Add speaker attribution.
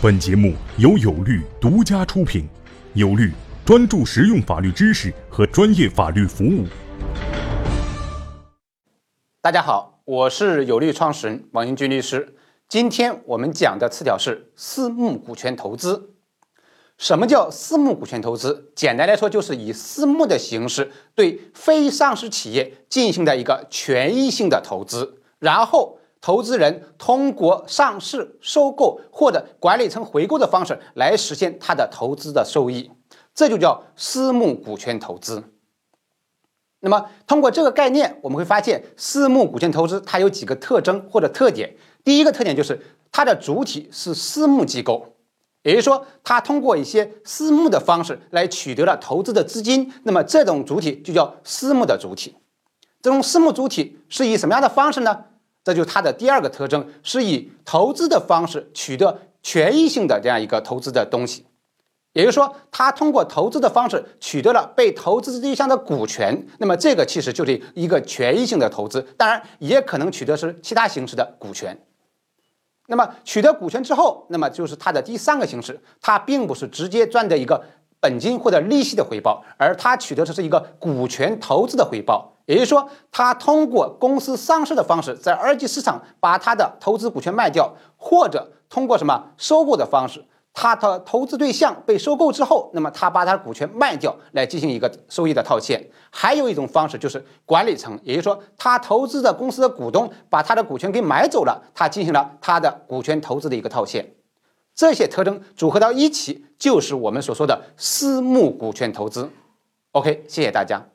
Speaker 1: 本节目由有律独家出品，有律专注实用法律知识和专业法律服务。
Speaker 2: 大家好，我是有律创始人王英军律师。今天我们讲的词条是私募股权投资。什么叫私募股权投资？简单来说，就是以私募的形式对非上市企业进行的一个权益性的投资，然后投资人通过上市、收购或者管理层回购的方式来实现他的投资的收益，这就叫私募股权投资。那么通过这个概念，我们会发现私募股权投资它有几个特征或者特点。第一个特点就是它的主体是私募机构，也就是说它通过一些私募的方式来取得了投资的资金，那么这种主体就叫私募的主体。这种私募主体是以什么样的方式呢？这就是它的第二个特征，是以投资的方式取得权益性的这样一个投资的东西。也就是说，它通过投资的方式取得了被投资对象的股权，那么这个其实就是一个权益性的投资，当然也可能取得是其他形式的股权。那么取得股权之后，那么就是它的第三个形式，它并不是直接赚的一个本金或者利息的回报，而它取得的是一个股权投资的回报。也就是说，它通过公司上市的方式，在二级市场把它的投资股权卖掉，或者通过收购的方式，它的投资对象被收购之后，那么他把他的股权卖掉来进行一个收益的套现。还有一种方式就是管理层，也就是说他投资的公司的股东把他的股权给买走了，他进行了他的股权投资的一个套现。这些特征组合到一起，就是我们所说的私募股权投资。OK， 谢谢大家。